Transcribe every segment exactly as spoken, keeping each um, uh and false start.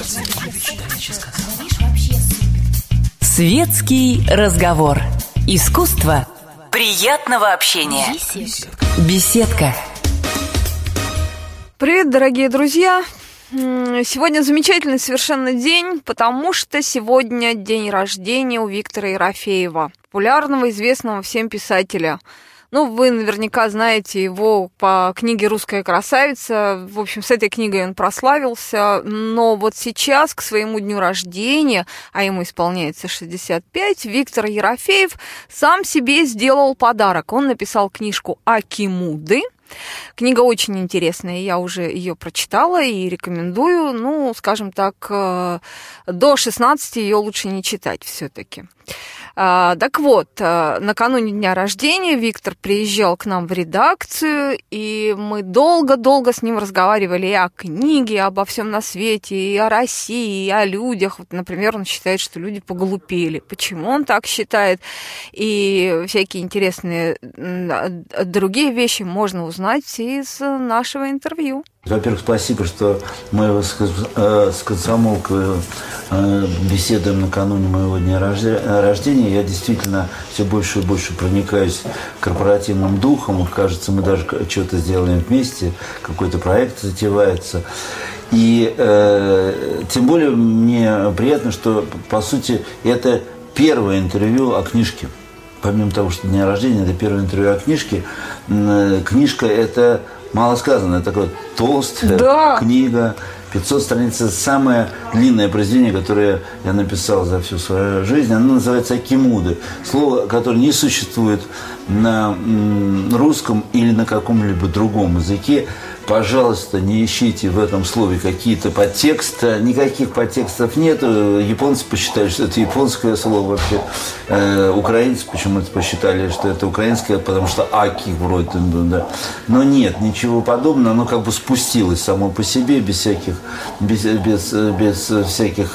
Светский разговор. Искусство приятного общения. Беседка. Привет, дорогие друзья! Сегодня замечательный совершенно день, потому что сегодня день рождения у Виктора Ерофеева, популярного, известного всем писателя. Ну, вы наверняка знаете его по книге «Русская красавица». В общем, с этой книгой он прославился. Но вот сейчас, к своему дню рождения, а ему исполняется шестьдесят пять, Виктор Ерофеев сам себе сделал подарок. Он написал книжку «Акимуды». Книга очень интересная, я уже ее прочитала и рекомендую. Ну, скажем так, до шестнадцати ее лучше не читать все-таки. Так вот, накануне дня рождения Виктор приезжал к нам в редакцию, и мы долго-долго с ним разговаривали и о книге, и обо всем на свете, и о России, и о людях. Вот, например, он считает, что люди поглупели. Почему он так считает? И всякие интересные другие вещи можно узнать из нашего интервью. Во-первых, спасибо, что мы с комсомолкой беседуем накануне моего дня рождения. Я действительно все больше и больше проникаюсь корпоративным духом. Кажется, мы даже что-то сделаем вместе, какой-то проект затевается. И э, тем более мне приятно, что, по сути, это первое интервью о книжке. Помимо того, что дня рождения, это первое интервью о книжке. Книжка – это... Мало сказано, это такая толстая да. книга, пятьсот страниц, самое длинное произведение, которое я написал за всю свою жизнь. Оно называется «Акимуды». Слово, которое не существует на русском или на каком-либо другом языке. Пожалуйста, не ищите в этом слове какие-то подтексты. Никаких подтекстов нет. Японцы посчитали, что это японское слово вообще. Э, украинцы почему-то посчитали, что это украинское, потому что аки вроде. Да. Но нет, ничего подобного. Оно как бы спустилось само по себе, без всяких, без, без, без всяких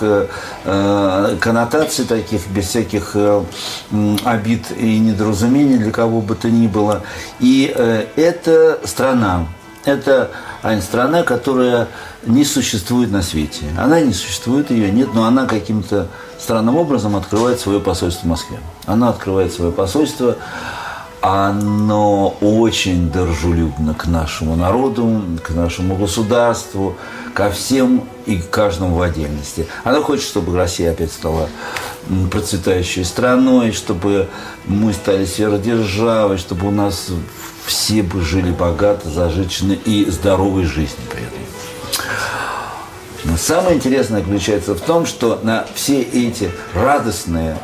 э, коннотаций таких, без всяких э, обид и недоразумений для кого бы то ни было. И э, это страна. Это страна, которая не существует на свете. Она не существует, ее нет, но она каким-то странным образом открывает свое посольство в Москве. Она открывает свое посольство, оно очень дружелюбно к нашему народу, к нашему государству, ко всем и к каждому в отдельности. Она хочет, чтобы Россия опять стала процветающей страной, чтобы мы стали сверхдержавой, чтобы у нас все бы жили богато, зажиточно и здоровой жизнью при этом. Но самое интересное заключается в том, что на все эти радостные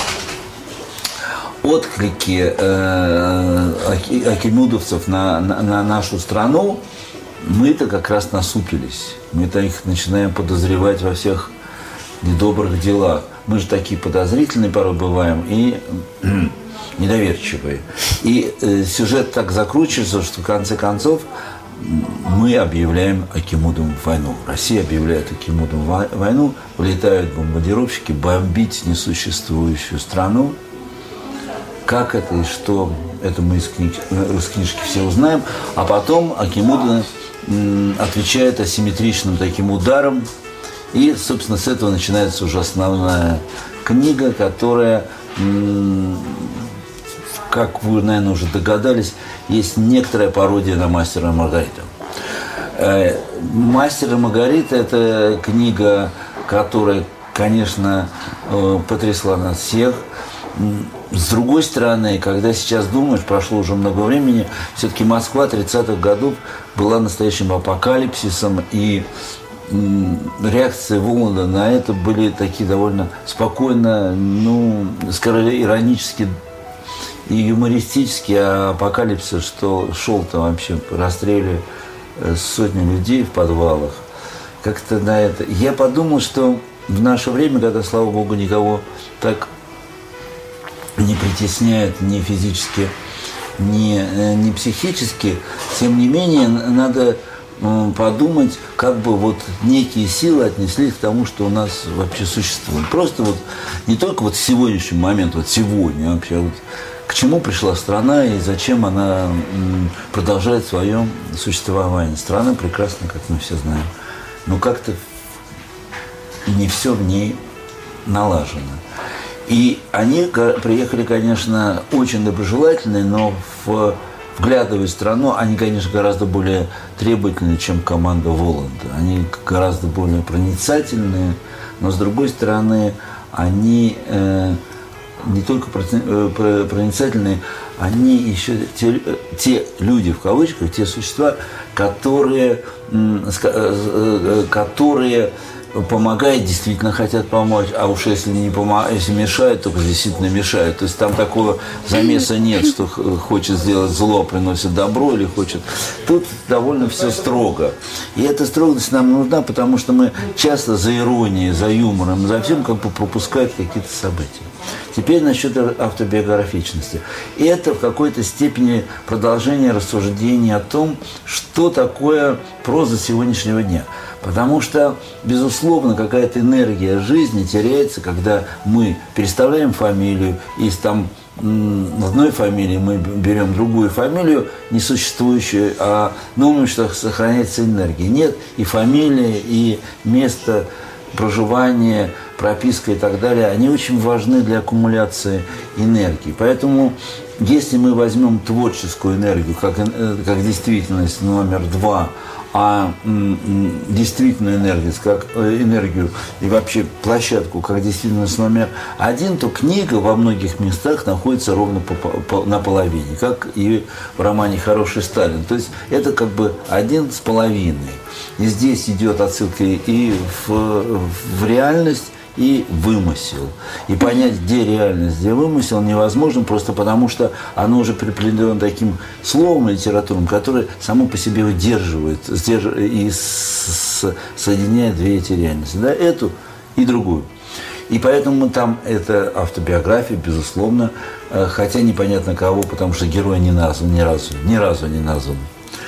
отклики э, акимудовцев на, на, на нашу страну мы-то как раз насупились. Мы-то их начинаем подозревать во всех недобрых делах. Мы же такие подозрительные порой бываем и недоверчивые. И э, сюжет так закручивается, что в конце концов мы объявляем Акимудам войну. Россия объявляет Акимудам войну, влетают бомбардировщики бомбить несуществующую страну. Как это и что, это мы из, книг, из книжки все узнаем. А потом Акимуды отвечают асимметричным таким ударом. И, собственно, с этого начинается уже основная книга, которая, как вы, наверное, уже догадались, есть некоторая пародия на «Мастера и Маргариту». «Мастер и Маргарита» – это книга, которая, конечно, потрясла нас всех. С другой стороны, когда сейчас думаешь, прошло уже много времени, все-таки Москва тридцатых годов была настоящим апокалипсисом, и реакции Воланда на это были такие довольно спокойно, ну, скорее иронически и юмористически, а апокалипсис, что шел там вообще, расстрелили сотни людей в подвалах. Как-то на это. Я подумал, что в наше время, когда, слава богу, никого так не притесняют ни физически, ни, ни психически, тем не менее, надо подумать, как бы вот некие силы отнеслись к тому, что у нас вообще существует. Просто вот не только вот в сегодняшний момент, вот сегодня вообще, вот, к чему пришла страна и зачем она продолжает свое существование. Страна прекрасна, как мы все знаем. Но как-то не все в ней налажено. И они приехали, конечно, очень доброжелательные, но в, вглядываясь в страну, они, конечно, гораздо более требовательные, чем команда Воланда. Они гораздо более проницательные, но, с другой стороны, они э, не только проницательные, они еще те, те люди, в кавычках, те существа, которые, которые помогают, действительно хотят помочь, а уж если не помогают, если мешают, только действительно мешают. То есть там такого замеса нет, что хочет сделать зло, приносит добро или хочет. Тут довольно все строго. И эта строгость нам нужна, потому что мы часто за иронией, за юмором, за всем как бы пропускают какие-то события. Теперь насчет автобиографичности. И это в какой-то степени продолжение рассуждений о том, что такое проза сегодняшнего дня. Потому что, безусловно, какая-то энергия жизни теряется, когда мы переставляем фамилию, и там в одной фамилии мы берем другую фамилию, несуществующую, а думаем, что сохраняется энергия. Нет, и фамилия, и место проживания, прописка и так далее, они очень важны для аккумуляции энергии. Поэтому, если мы возьмем творческую энергию как, как действительность номер два, а м, действительную энергию, как энергию и вообще площадку, как действительность номер один, то книга во многих местах находится ровно по, по, наполовине, как и в романе «Хороший Сталин». То есть это как бы один с половиной. И здесь идет отсылка и в, в реальность, и вымысел. И понять, где реальность, где вымысел, невозможно, просто потому что оно уже приплетено таким словом литературным, которое само по себе удерживает и соединяет две эти реальности. Да, эту и другую. И поэтому там это автобиография, безусловно, хотя непонятно кого, потому что герой не назван ни разу, ни разу не назван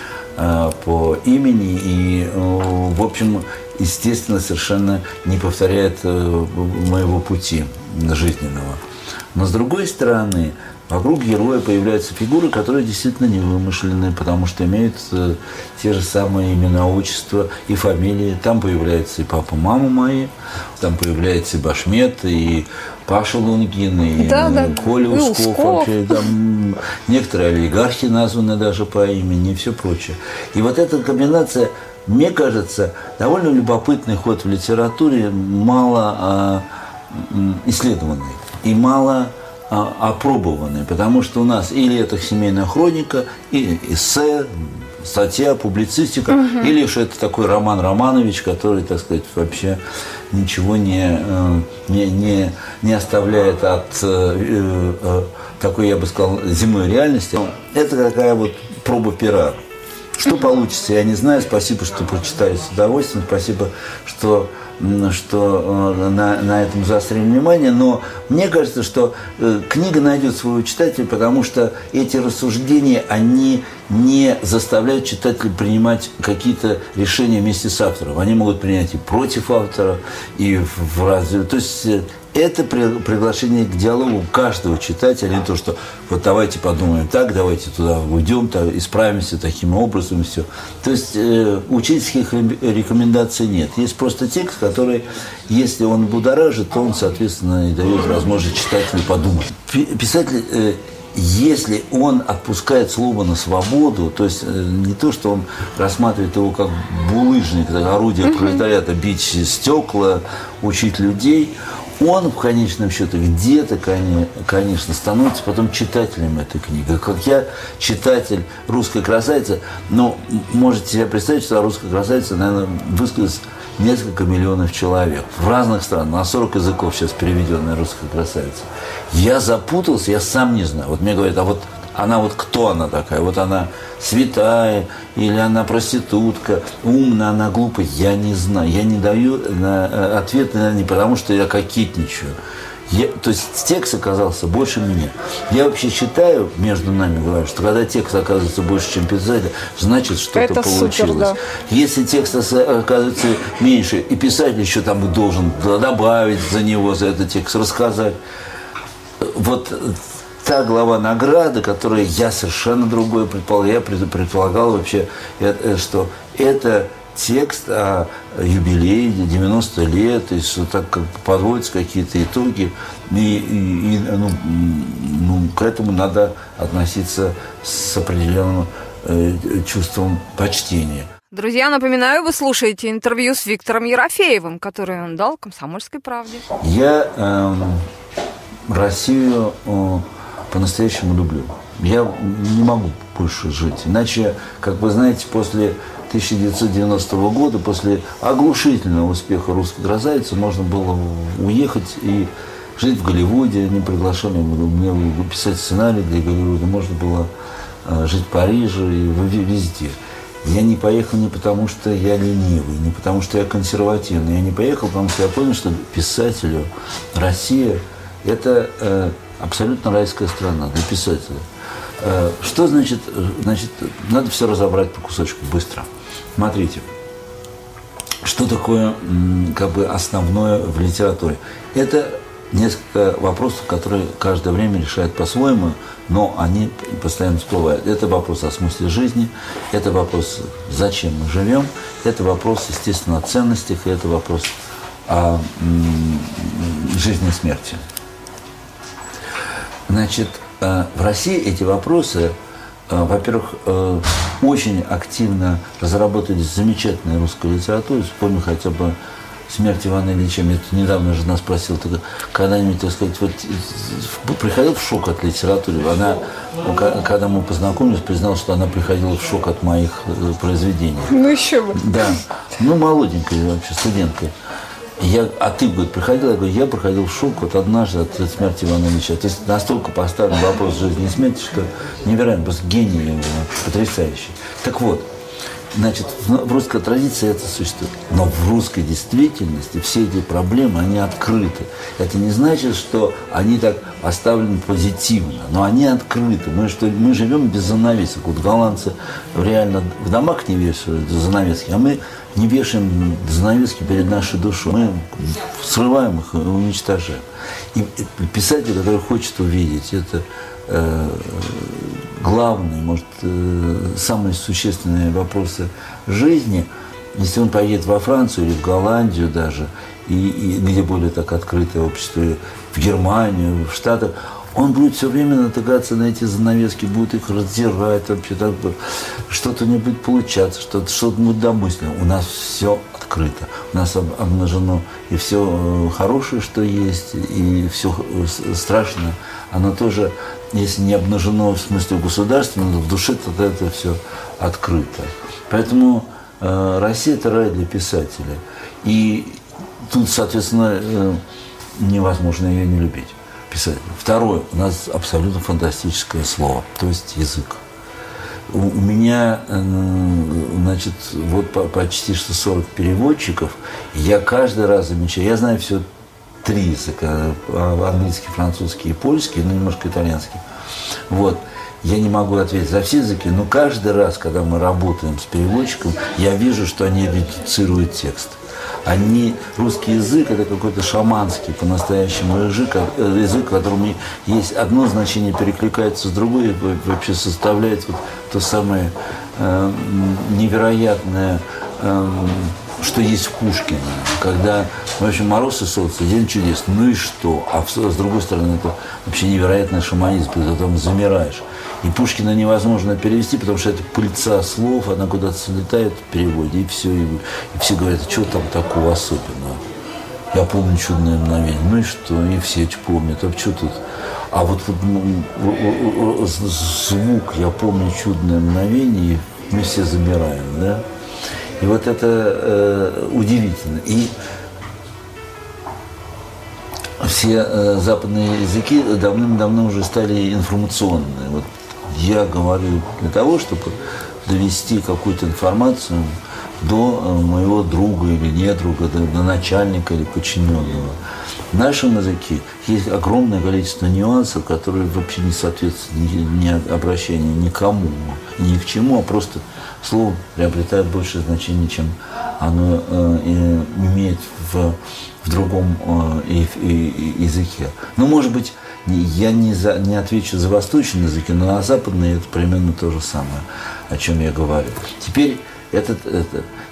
по имени. И, в общем, естественно, совершенно не повторяет моего пути жизненного. Но, с другой стороны, вокруг героя появляются фигуры, которые действительно не вымышлены, потому что имеют те же самые имена, отчества и фамилии. Там появляется и папа, мама мои, там появляется и Башмет, и Паша Лунгин, и да, да. Коля Усков, Усков. Вообще, там некоторые олигархи названы даже по имени и все прочее. И вот эта комбинация, мне кажется, довольно любопытный ход в литературе, мало а, исследованный и мало а, опробованный, потому что у нас или это семейная хроника, или эссе, статья, публицистика, угу. или что это такой Роман Романович, который, так сказать, вообще ничего не, не, не, не оставляет от э, э, такой, я бы сказал, земной реальности. Это такая вот проба пера. Что получится, я не знаю. Спасибо, что прочитали с удовольствием. Спасибо, что, что на, на этом заострили внимание. Но мне кажется, что книга найдет своего читателя, потому что эти рассуждения, они не заставляют читателя принимать какие-то решения вместе с автором. Они могут принять и против автора, и в разные. То есть это приглашение к диалогу каждого читателя, не то, что вот давайте подумаем так, давайте туда уйдем, так, исправимся таким образом, все. То есть э, учительских рекомендаций нет. Есть просто текст, который, если он будоражит, то он, соответственно, и дает возможность читателю подумать. Писатель, э, если он отпускает слово на свободу, то есть э, не то, что он рассматривает его как булыжник, как орудие пролетариата, бить стекла, учить людей, он в конечном счете где-то, конечно, становится потом читателем этой книги. Как я читатель «Русской красавицы», но можете себе представить, что «Русская красавица», наверное, высказалась несколько миллионов человек в разных странах, на сорок языков сейчас переведенная «Русская красавица». Я запутался, я сам не знаю. Вот мне говорят, а вот она вот кто она такая? Вот она святая, или она проститутка, умная, она глупая? Я не знаю. Я не даю на ответ не потому, что я кокетничаю. Я, то есть текст оказался больше меня. Я вообще считаю, между нами говорю, что когда текст оказывается больше, чем писатель, значит, что-то это получилось. Супер, да. Если текст оказывается меньше, и писатель еще там должен добавить за него, за этот текст, рассказать. Вот та глава награды, которую я совершенно другое предполагал. Я предполагал вообще, что это текст о юбилее девяносто лет, то есть так как подводятся какие-то итоги, и, и, и ну, ну, к этому надо относиться с определенным э, чувством почтения. Друзья, напоминаю, вы слушаете интервью с Виктором Ерофеевым, которое он дал «Комсомольской правде». Я э, Россию э, по-настоящему люблю. Я не могу больше жить. Иначе, как вы знаете, после тысяча девятьсот девяностого года, после оглушительного успеха «Русской красавицы», можно было уехать и жить в Голливуде. Они приглашали меня писать сценарий для Голливуда. Можно было жить в Париже и везде. Я не поехал не потому, что я ленивый, не потому, что я консервативный. Я не поехал, потому что я понял, что писателю Россия – это э, абсолютно райская страна для писателя. Э, что значит? Значит, надо все разобрать по кусочку быстро. Смотрите, что такое как бы основное в литературе? Это несколько вопросов, которые каждое время решают по-своему, но они постоянно всплывают. Это вопрос о смысле жизни, это вопрос, зачем мы живем, это вопрос, естественно, о ценностях, и это вопрос о м- жизни и смерти. Значит, э, в России эти вопросы, э, во-первых, э, очень активно разработались замечательная русская литература. Вспомню хотя бы «Смерть Ивана Ильича». Меня недавно жена спросила, когда-нибудь, так сказать, вот, приходил в шок от литературы. Она, когда мы познакомились, призналась, что она приходила в шок от моих произведений. Ну еще бы. Да. Ну, молоденькая вообще, студенткой. Я, а ты, говорит, приходила? Я говорю, я проходил в шок вот однажды от «Смерти Ивана Ильича». То есть настолько поставлен вопрос жизни и смерти, что невероятно, просто гений, потрясающий. Так вот, значит, в русской традиции это существует. Но в русской действительности все эти проблемы, они открыты. Это не значит, что они так поставлены позитивно, но они открыты. Мы, что, мы живем без занавесок. Вот голландцы реально в домах не вешают занавески, а мы не вешаем занавески перед нашей душой. Мы срываем их и уничтожаем. И писатель, который хочет увидеть это, э, главные, может, э, самые существенные вопросы жизни, если он поедет во Францию или в Голландию даже, и, и где более так открытое общество, в Германию, в Штатах, он будет все время натыкаться на эти занавески, будет их раздирать, вообще так, что-то не будет получаться, что-то, что-то будет домысленно. У нас все открыто, у нас обнажено и все хорошее, что есть, и все страшное, оно тоже, если не обнажено в смысле государственного, но в душе тогда это все открыто. Поэтому э, Россия – это рай для писателя. И тут, соответственно, э, невозможно ее не любить. Писатель. Второе, у нас абсолютно фантастическое слово, то есть язык. У, у меня, значит, вот почти что сорок переводчиков, я каждый раз замечаю, я знаю все три языка, английский, французский и польский, ну, немножко итальянский. Вот. Я не могу ответить за все языки, но каждый раз, когда мы работаем с переводчиком, я вижу, что они редуцируют текст. Они, русский язык – это какой-то шаманский по-настоящему язык, язык, в котором есть одно значение, перекликается с другой, и вообще составляет вот то самое э, невероятное, э, что есть в Пушкине. Когда, в общем, «Мороз и солнце», «День чудес», ну и что? А с другой стороны, это вообще невероятный шаманизм, ты там замираешь. И Пушкина невозможно перевести, потому что это пыльца слов, она куда-то слетает в переводе, и все. И, и все говорят, а что там такого особенного? Я помню «Чудное мгновение». Ну и что? И все помнят. А что тут? А вот, вот ну, звук «Я помню чудное мгновение», и мы все замираем, да? И вот это э, удивительно. И все э, западные языки давным-давно уже стали информационные. Вот я говорю для того, чтобы довести какую-то информацию до э, моего друга или недруга, до, до начальника или подчиненного. В нашем языке есть огромное количество нюансов, которые вообще не соответствуют ни, ни обращению никому, ни к чему, а просто слово приобретает большее значение, чем оно э, имеет в, в другом э, и, и, и языке. Ну, может быть, я не, за, не отвечу за восточный язык, но на западный это примерно то же самое, о чем я говорю. Теперь этот, это,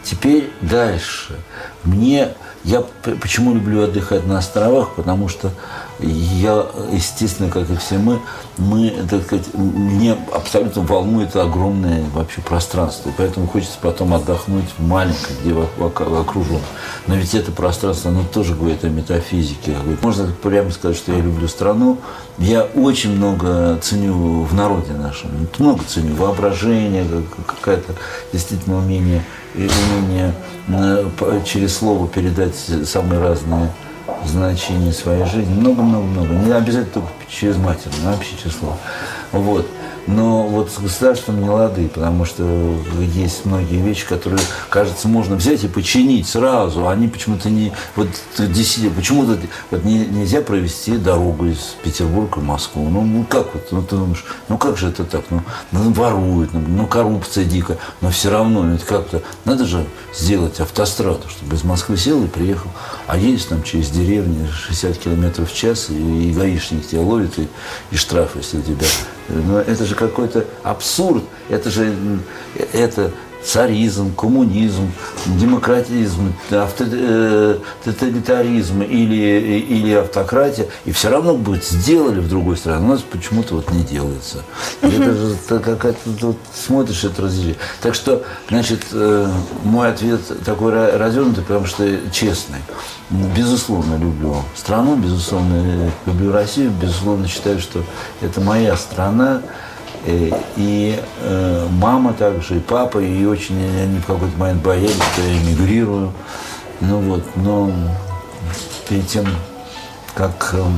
Теперь дальше. Мне... Я почему люблю отдыхать на островах? Потому что я, естественно, как и все мы, мы, так сказать, мне абсолютно волнует огромное вообще пространство. И поэтому хочется потом отдохнуть в маленьком, где окружен. Но ведь это пространство, оно тоже говорит о метафизике. Можно прямо сказать, что я люблю страну. Я очень много ценю в народе нашем. Много ценю. Воображение, какое-то действительно умение, умение через слово передать самые разные значения своей жизни. Много-много-много. Не обязательно только через матерь, но вообще через слово. Вот. Но вот с государством не лады, потому что есть многие вещи, которые, кажется, можно взять и починить сразу. Они почему-то не... Вот почему-то вот не, нельзя провести дорогу из Петербурга в Москву. Ну, ну как вот, ну, ты думаешь, ну как же это так? Ну, ну воруют, ну, ну коррупция дикая. Но все равно, ну, это как-то... Надо же сделать автостраду, чтобы из Москвы сел и приехал. А едешь там через деревни шестьдесят километров в час, и, и гаишник тебя ловит, и, и штраф, если у тебя... Но это же какой-то абсурд, это же это царизм, коммунизм, демократизм, тоталитаризм или, или автократия, и все равно будет сделали в другой стране, у нас почему-то вот не делается. И это же какая-то, вот, смотришь, это разделение. Так что, значит, мой ответ такой развернутый, потому что честный. Безусловно, люблю страну, безусловно, люблю Россию, безусловно, считаю, что это моя страна. И э, мама также, и папа, и очень они в какой-то момент боялись, что я эмигрирую. Ну вот, но перед тем, как э,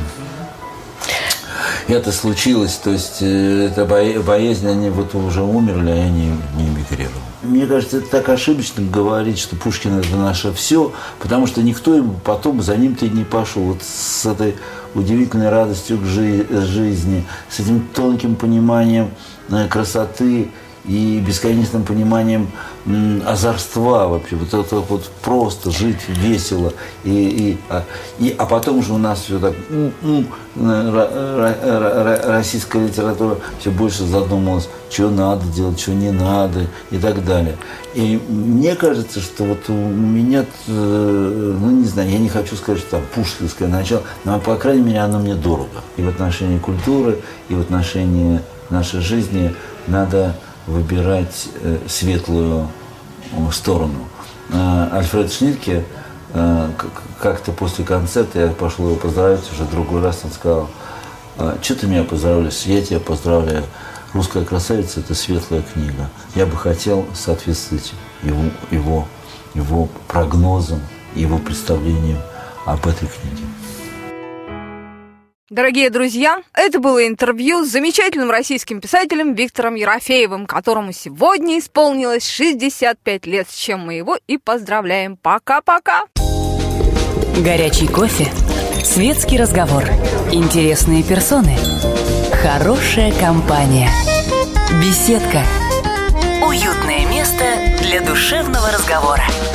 это случилось, то есть э, эта боязнь, они вот уже умерли, а я не, не эмигрировал. Мне кажется, это так ошибочно говорить, что Пушкин – это наше все, потому что никто ему потом за ним-то и не пошел. Вот с этой удивительной радостью к жи- жизни, с этим тонким пониманием э, красоты и бесконечным пониманием м, озорства вообще. Вот это вот просто жить весело. И, и, а, и, а потом уже у нас все так, м, м, р- р- р- российская литература все больше задумалась, что надо делать, что не надо и так далее. И мне кажется, что вот у меня, ну не знаю, я не хочу сказать, что там пушкинское начало, но, по крайней мере, оно мне дорого. И в отношении культуры, и в отношении нашей жизни надо выбирать светлую сторону. Альфред Шнитке как-то после концерта, я пошел его поздравить уже другой раз, он сказал: что ты меня поздравляешь? Я тебя поздравляю. «Русская красавица» – это светлая книга. Я бы хотел соответствовать его, его, его прогнозам, его представлениям об этой книге. Дорогие друзья, это было интервью с замечательным российским писателем Виктором Ерофеевым, которому сегодня исполнилось шестьдесят пять лет, с чем мы его и поздравляем. Пока-пока! Горячий кофе, светский разговор, интересные персоны, хорошая компания, беседка, уютное место для душевного разговора.